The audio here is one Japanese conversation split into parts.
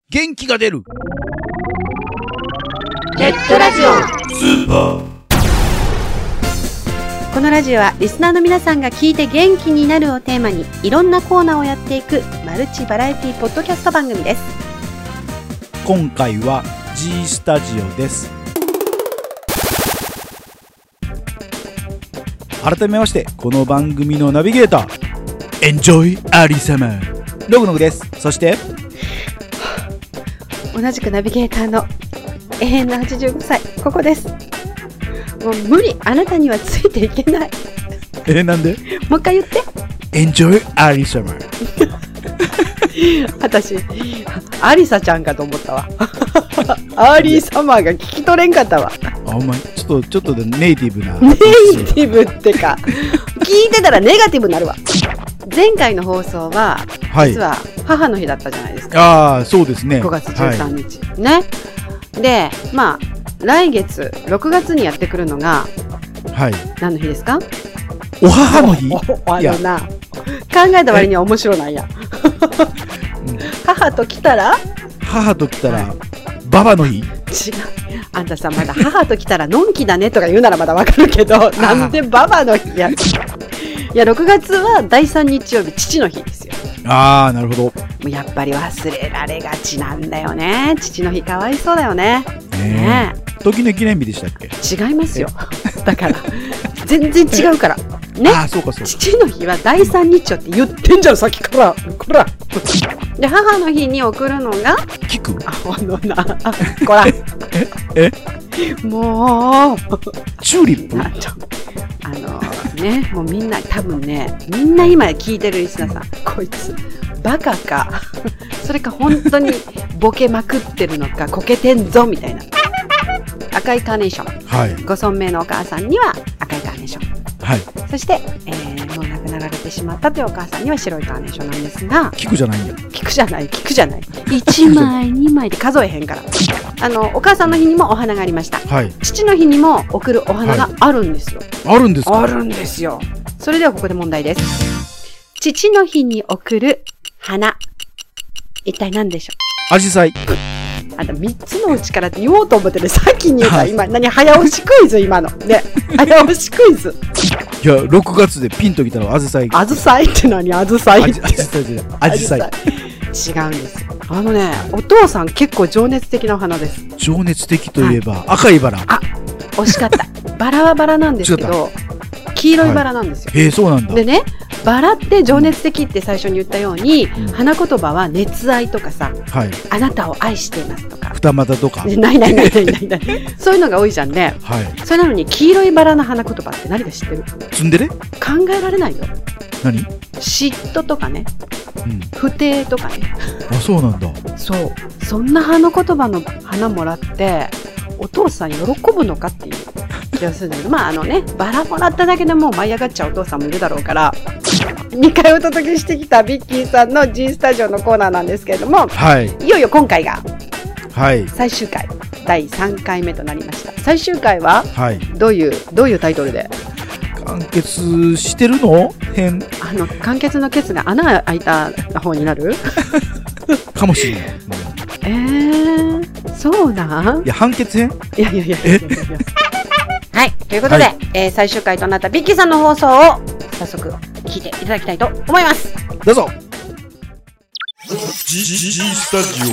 元気が出るネットラジオスーパー。 このラジオはリスナーの皆さんが聞いて元気になるをテーマにいろんなコーナーをやっていくマルチバラエティポッドキャスト番組です。 今回は G スタジオです。改めましてこの番組のナビゲーターエンジョイアリサマログノグです。そして同じくナビゲーターの永遠の85歳ここです。もう無理、あなたにはついていけない。 なんで？ もう一回言って。 エンジョイアリサマ私アリサちゃんかと思ったわ。アーリーサマーが聞き取れんかったわ。 あ、お前ちょっとでネイティブな。 ネイティブってか聞いてたらネガティブになるわ。前回の放送は、はい、実は母の日だったじゃないですか。 ああ、そうですね。 5月13日、はい、ね。で、まあ来月6月にやってくるのが、はい、何の日ですか？ お母の日。 あのな、考えた割には面白ないや。母と来たらババの日。違う、あんたさ、まだ母と来たらのんきだねとか言うならまだわかるけど、なんでババの日や。いや、6月は第3日曜日、父の日ですよ。 ああ、なるほど。もうやっぱり忘れられがちなんだよね。父の日かわいそうだよね。ねえ、 時の記念日でしたっけ？違いますよ。だから全然違うからね。 あ、そうかそうか。 父の日は第3日曜って言ってんじゃん、さっきから。こら。で、母の日に送るのがキク。 あ、ほのな。こら。もうチューリップ。 ね、もうみんな多分ね、みんな今聞いてるリスナーさん、こいつバカかそれか本当にボケまくってるのか、こけてんぞみたいな。赤いカーネーション、はい、ご尊命のお母さんには赤いカーネーション、はい、そして、もう亡くなられてしまったというお母さんには白いカーネーションなんですが、 菊じゃないんだ。 菊じゃない1枚2枚で数えへんから。お母さんの日にもお花がありました、はい、父の日にも送るお花があるんですよ、 はい、あるんですか？ あるんですよ。それではここで問題です。父の日に送る花、一体何でしょう？アジサイ。 あんた3つのうちからって言おうと思ってね、先に言うた今何早押しクイズ、今のね、早押しクイズ。 いや、6月でピンときたらアジサイ。 アジサイって何？アジサイって。 アジサイ。 違うんです。お父さん結構情熱的なお花です。 情熱的といえば、はい、赤いバラ。 あ、惜しかった。バラはバラなんですけど、黄色いバラなんですよ。 はい、そうなんだ。 でね、バラって情熱的って最初に言ったように、花言葉は熱愛とかさ、はい、あなたを愛していますとか、 二股とか、 ないそういうのが多いじゃんね、はい、それなのに黄色いバラの花言葉って何か知ってる？ ツンデレ？ 考えられないよ。 何？ 嫉妬とかね、不定とかね。 あ、そうなんだ。 そう、そんな花言葉の花もらってお父さん喜ぶのかっていう気がするんだけど、まあバラもらっただけでもう舞い上がっちゃうお父さんもいるだろうから、2回お届けしてきたビッキーさんの G スタジオのコーナーなんですけれども、はい、いよいよ今回が最終回、第3回目となりました。最終回は、はい、どういうタイトルで？ 完結してるの？ 完結のケツが穴開いた方になるかもしれない。 そうなん？ いや、判決編？ いやはい、ということで、はい、最終回となったビッキーさんの放送を早速聞いていただきたいと思います。 どうぞ。G スタジ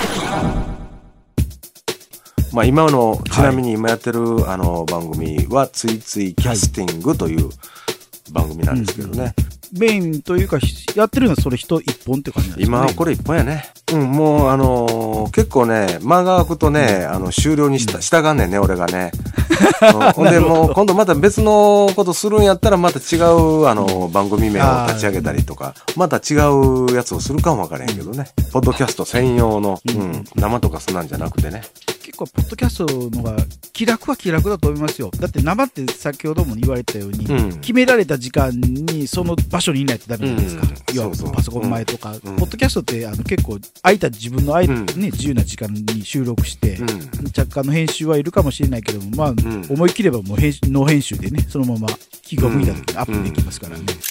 オ。まあ、今のちなみに今やってる、番組はついついキャスティングという番組なんですけどね、 メインというかやってるのはそれ一本って感じなんですかね。 今これ一本やね。もう結構ね、間が空くとね、終了に従んねんね、俺がね。ほんでもう今度また別のことするんやったらまた違う番組名を立ち上げたりとか、また違うやつをするかもわからへんけどね。ポッドキャスト専用の、生とかそんなんじゃなくてね。 結構ポッドキャストのが気楽は気楽だと思いますよ。だって生って先ほども言われたように、決められた時間にその場所にいないとダメじゃないですか。要はパソコンの前とか、ポッドキャストって結構空いた自分の自由な時間に収録して、若干の編集はいるかもしれないけども、まあ思い切ればもうノー編集でね、そのまま気が向いた時にアップできますからね。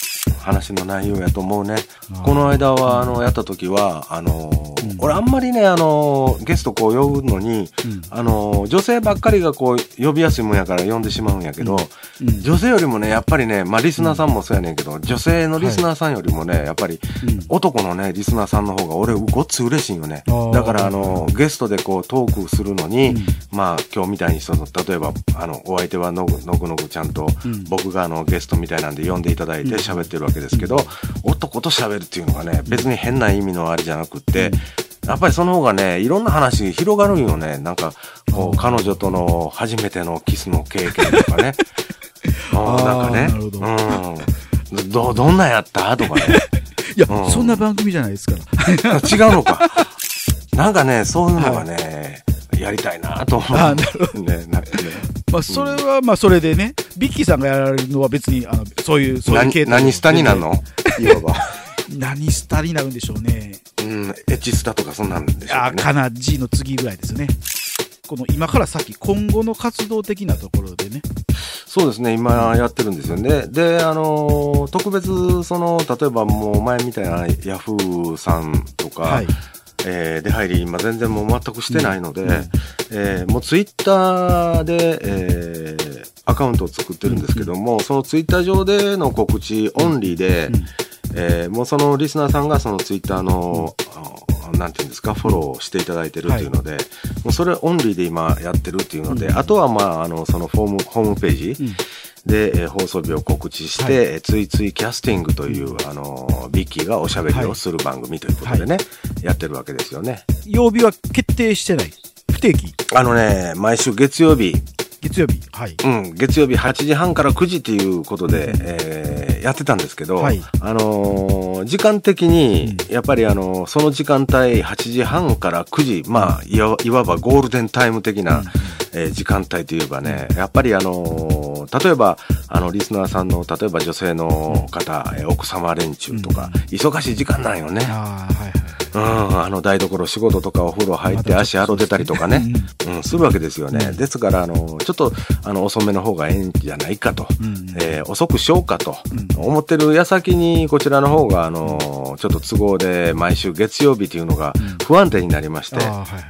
話の内容やと思うね。この間はやった時は俺あんまりねゲストこう呼ぶのに、女性ばっかりがこう呼びやすいもんやから呼んでしまうんやけど、女性よりもねやっぱりね、まあリスナーさんもそうやねんけど、女性のリスナーさんよりもねやっぱり男のねリスナーさんの方が俺ごっつ嬉しいよね。だからゲストでこうトークするのに、まあ今日みたいに例えばお相手はのぐちゃんと、僕がゲストみたいなんで呼んでいただいて喋ってるわけですけど、男と喋るっていうのがね別に変な意味のあれじゃなくって、やっぱりその方がねいろんな話広がるんよね。なんかこう彼女との初めてのキスの経験とかねなんかね、どんなんやったとかねいや、そんな番組じゃないですから違うのかなんかねそういうのがね、やりたいなと思う。なるほどね。 まあそれはまあそれでね、ビッキーさんがやられるのは別にそういう系統何スタになるの？いわば何スタになるんでしょうね。 エッチスタとかそんなんでしょうね。 かな G の次ぐらいですね。この今から先今後の活動的なところでね。 そうですね、今やってるんですよね。で特別例えばもう前みたいなヤフーさんとか、出入り今全然もう全くしてないので、もうツイッターで、アカウントを作ってるんですけども、そのツイッター上での告知オンリーで、もうそのリスナーさんがそのツイッターの、なんていうんですか、フォローしていただいてるっていうので、もうそれオンリーで今やってるっていうので、あとはまあそのホームページで、放送日を告知して、ついついキャスティングというビッキーがおしゃべりをする番組ということでね、やってるわけですよね。 曜日は決定してない？不定期？ 毎週月曜日、 月曜日 8時半から9時ということで、やってたんですけど、時間的にやっぱりその時間帯8時半から9時、まあいわばゴールデンタイム的な、時間帯といえばね、やっぱり例えばリスナーさんの例えば女性の方、奥様連中とか、忙しい時間なんよね。台所仕事とかお風呂入って足洗出たりとかね、するわけですよね。ですからちょっと遅めの方がええんじゃないかと、遅くしようかと思ってる矢先にこちらの方がちょっと都合で毎週月曜日というのが不安定になりまして、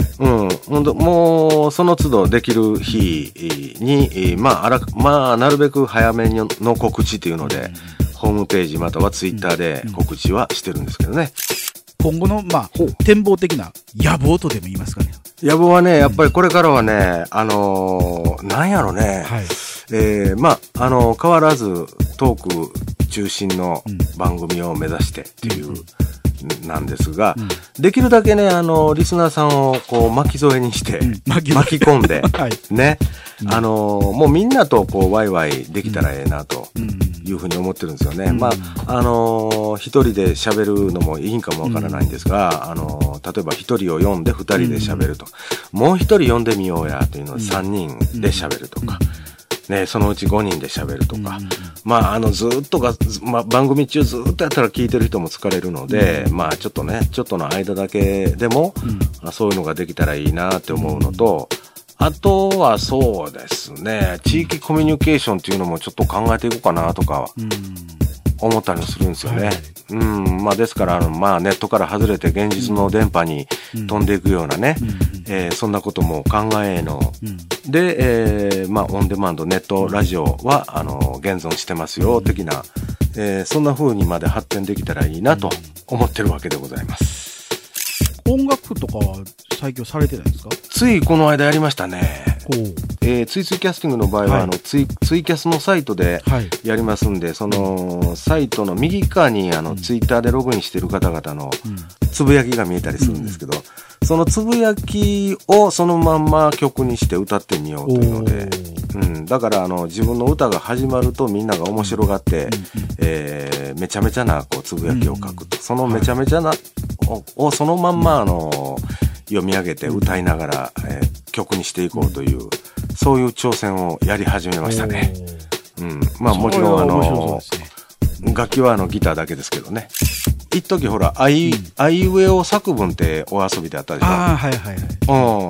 もうその都度できる日に、まあなるべく早めの告知というので、ホームページまたはツイッターで告知はしてるんですけどね。 今後の展望的な野望とでも言いますかね。 野望はね、やっぱりこれからはね、なんやろね、まあ変わらずトーク中心の番組を目指してっていう、なんですが、できるだけねリスナーさんをこう巻き添えにして、巻き込んで、ね、もうみんなとこうワイワイできたらええなというふうに思ってるんですよね。まあ一人で喋るのもいいんかもわからないんですが、例えば一人を読んで二人で喋ると、もう一人読んでみようやというのを3人で喋るとか。ね、そのうち5人で喋るとか、まあずっと番組中ずっとやったら聞いてる人も疲れるので、まあちょっとの間だけでも、そういうのができたらいいなって思うのと、あとはそうですね、地域コミュニケーションっていうのもちょっと考えていこうかなとか思ったりするんですよね。まあですからまあネットから外れて現実の電波に飛んでいくようなね、そんなことも考えの、で、まあオンデマンドネットラジオは現存してますよ的な、そんな風にまで発展できたらいいなと思ってるわけでございます。 音楽とかは最近されてないんですか？ ついこの間やりましたね。ついついキャスティングの場合は、ツイキャスのサイトでやりますんで、そのサイトの右側にツイッターでログインしている方々のつぶやきが見えたりするんですけど、そのつぶやきをそのまんま曲にして歌ってみようというので、だから自分の歌が始まるとみんなが面白がって、めちゃめちゃなこうつぶやきを書くと、そのめちゃめちゃなをそのまんま読み上げて歌いながら、曲にしていこうという、そういう挑戦をやり始めましたね。まあもちろん楽器はギターだけですけどね。一時ほら、あいうえお作文ってお遊びであったでしょ。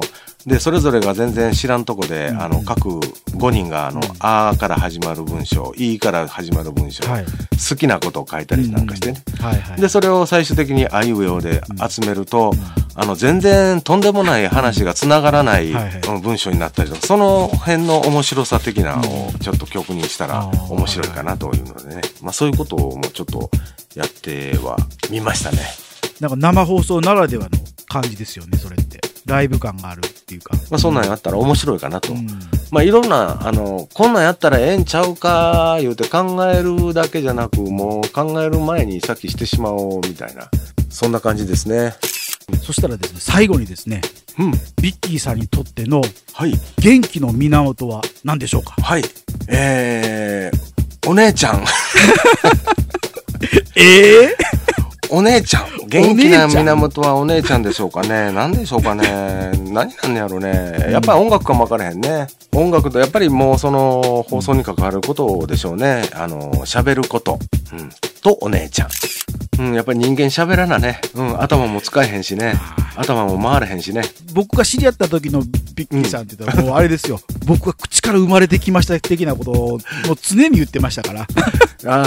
でそれぞれが全然知らんとこで、各5人があから始まる文章、いから始まる文章、好きなことを書いたりなんかしてね、でそれを最終的にあいうえおで集めると、全然とんでもない話がつながらない文章になったりとか、その辺の面白さ的なのをちょっと曲にしたら面白いかなというのでね、そういうことをもうちょっとやってはみましたね。 なんか生放送ならではの感じですよね、それって。ライブ感があるっていうか。 そんなんやったら面白いかなと。いろんな、こんなんやったらええんちゃうか、言うて考えるだけじゃなく、もう考える前にさっきしてしまおう、みたいな。そんな感じですね。 そしたらですね、最後にですね、ビッキーさんにとっての、 はい。 元気の源は何でしょうか？ はい。お姉ちゃん。お姉ちゃん。元気な源はお姉ちゃんでしょうかね。何でしょうかね。何なんやろうね。やっぱり音楽かも分からへんね。音楽とやっぱりもうその放送に関わることでしょうね。喋ること。とお姉ちゃん。やっぱり人間喋らなね。頭も使えへんしね。頭も回れへんしね。 僕が知り合った時のビッキーさんって言ったらもうあれですよ。僕は口から生まれてきました的なことをもう常に言ってましたから。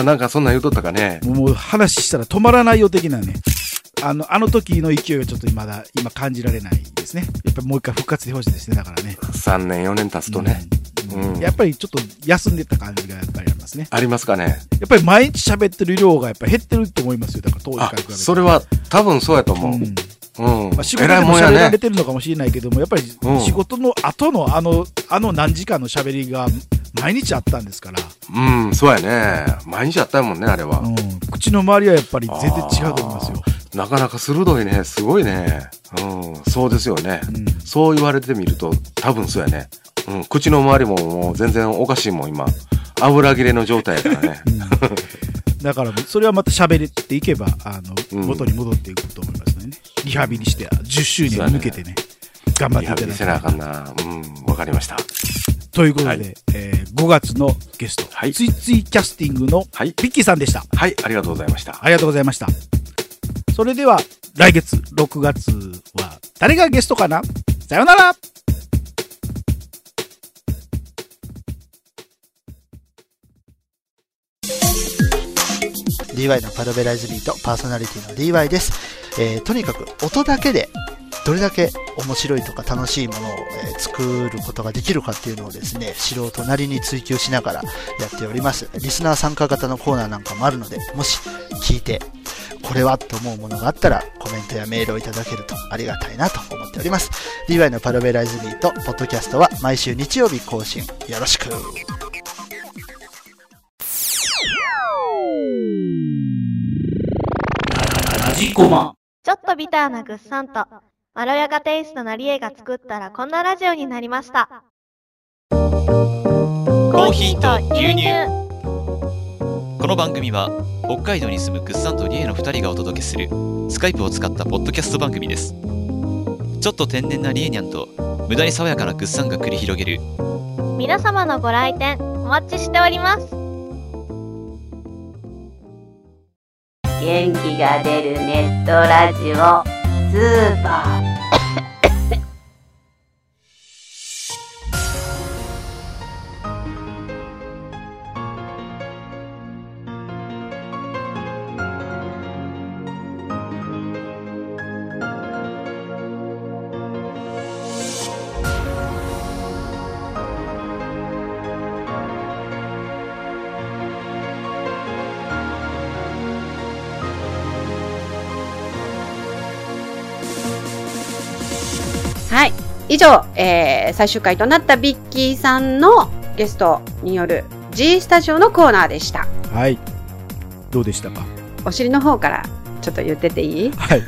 なんかそんなん言うとったかね。 もう話したら止まらないよ的なね。あの時の勢いはちょっと今感じられないですね。やっぱりもう一回復活してほしいですね。だからね。 3年4年経つとね。 やっぱりちょっと休んでた感じがやっぱりありますね。ありますかね。 やっぱり毎日喋ってる量がやっぱり減ってると思いますよ。だから当時から比べて。 それは多分そうやと思う。 仕事でも喋られてるのかもしれないけども、やっぱり仕事の後の何時間の喋りが毎日あったんですから。 そうやね。毎日あったもんね、あれは。 口の周りはやっぱり全然違うと思いますよ。 なかなか鋭いね。すごいね。そうですよね。そう言われてみると多分そうやね。口の周りももう全然おかしいもん今。油切れの状態やからね。 だからそれはまた喋っていけば元に戻っていくと思いますね。リハビリして10周年に向けてね、頑張っていただきたい。 リハビリせなあかんな。わかりました。 ということで、5月のゲスト、ついついキャスティングのビッキーさんでした。 はい、ありがとうございました。 ありがとうございました。それでは来月6月は誰がゲストかな？さよなら。 DY のパルベライズビートパーソナリティの DY です。とにかく音だけでどれだけ面白いとか楽しいものを、作ることができるかっていうのをですね、素人なりに追求しながらやっております。リスナー参加型のコーナーなんかもあるので、もし聞いてこれはと思うものがあったらコメントやメールをいただけるとありがたいなと思っております。 DY のパルベライズビートポッドキャストは毎週日曜日更新、よろしく。 ちょっとビターなグッサンとまろやかテイストなリエが作ったらこんなラジオになりました。 コーヒーと牛乳。この番組は北海道に住むグッサンとリエの2人がお届けするスカイプを使ったポッドキャスト番組です。ちょっと天然なリエニャンと無駄に爽やかなグッサンが繰り広げる皆様のご来店お待ちしております。 元気が出るネットラジオスーパーはい、以上、最終回となったビッキーさんのゲストによる G スタジオのコーナーでした。 はい、どうでしたか？ お尻の方からちょっと言ってていい？ はい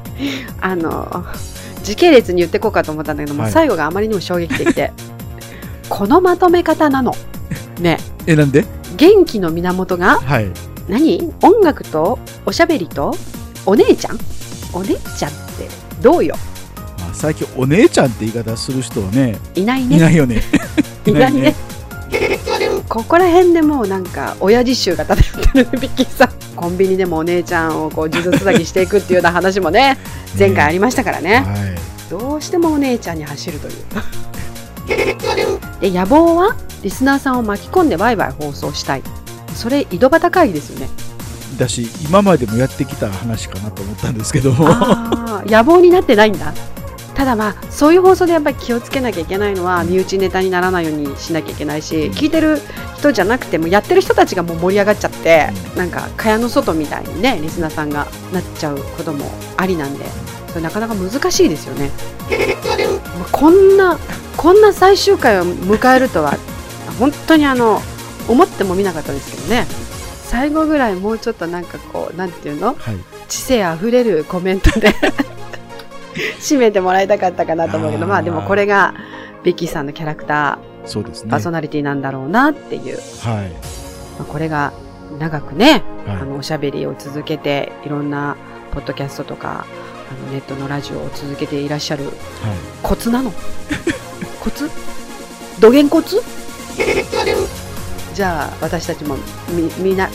時系列に言ってこうかと思ったんだけども、最後があまりにも衝撃的でこのまとめ方なのね。 なんで？ 元気の源が、何？音楽とおしゃべりとお姉ちゃん？お姉ちゃんってどうよ？ 最近お姉ちゃんって言い方する人はね、 いないね。 いないよね。 いないね。ここら辺でもうなんか親父臭が漂ってるビッキーさん。コンビニでもお姉ちゃんをこう数珠つなぎしていくっていうような話もね前回ありましたからね。 どうしてもお姉ちゃんに走るというで、野望はリスナーさんを巻き込んでワイワイ放送したい。それ井戸端会議ですよね。 だし、今までもやってきた話かなと思ったんですけど野望になってないんだ。ただまあそういう放送でやっぱり気をつけなきゃいけないのは、身内ネタにならないようにしなきゃいけないし、聞いてる人じゃなくてもやってる人たちがもう盛り上がっちゃって、なんか蚊帳の外みたいにね、リスナーさんがなっちゃうこともありなんで、それなかなか難しいですよね。こんな最終回を迎えるとは本当に思ってもみなかったですけどね。最後ぐらいもうちょっとなんかこう、なんていうの、知性あふれるコメントで締めてもらいたかったかなと思うけど、まあでもこれがベッキーさんのキャラクター、 そうですね、 パーソナリティなんだろうなっていう、 はい、 まあ、これが長くね、おしゃべりを続けて、いろんなポッドキャストとかネットのラジオを続けていらっしゃる、コツなのコツどげんコツじゃあ私たちも見習い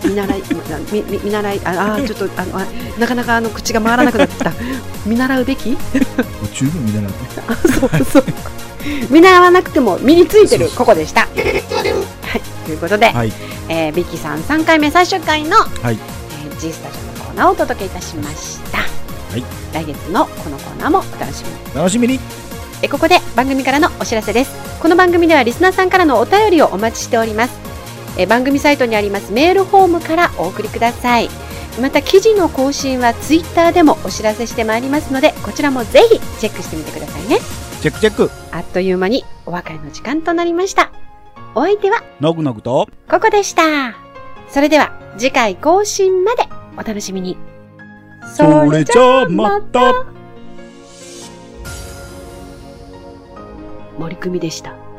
ちょっとなかなか口が回らなくなってきた見習うべき十分見習うねそう見習わなくても身についてるここでした。はい、ということで、ビッキーさん3回目最終回の、G スタジオのコーナーをお届けいたしました。来月のこのコーナーもお楽しみに。ここで番組からのお知らせです。この番組ではリスナーさんからのお便りをお待ちしております。番組サイトにありますメールフォームからお送りください。また記事の更新はツイッターでもお知らせしてまいりますので、こちらもぜひチェックしてみてくださいね。 チェック。 あっという間にお別れの時間となりました。お相手はのぐのぐとここでした。それでは次回更新までお楽しみに。 それじゃあまた。 森久美でした。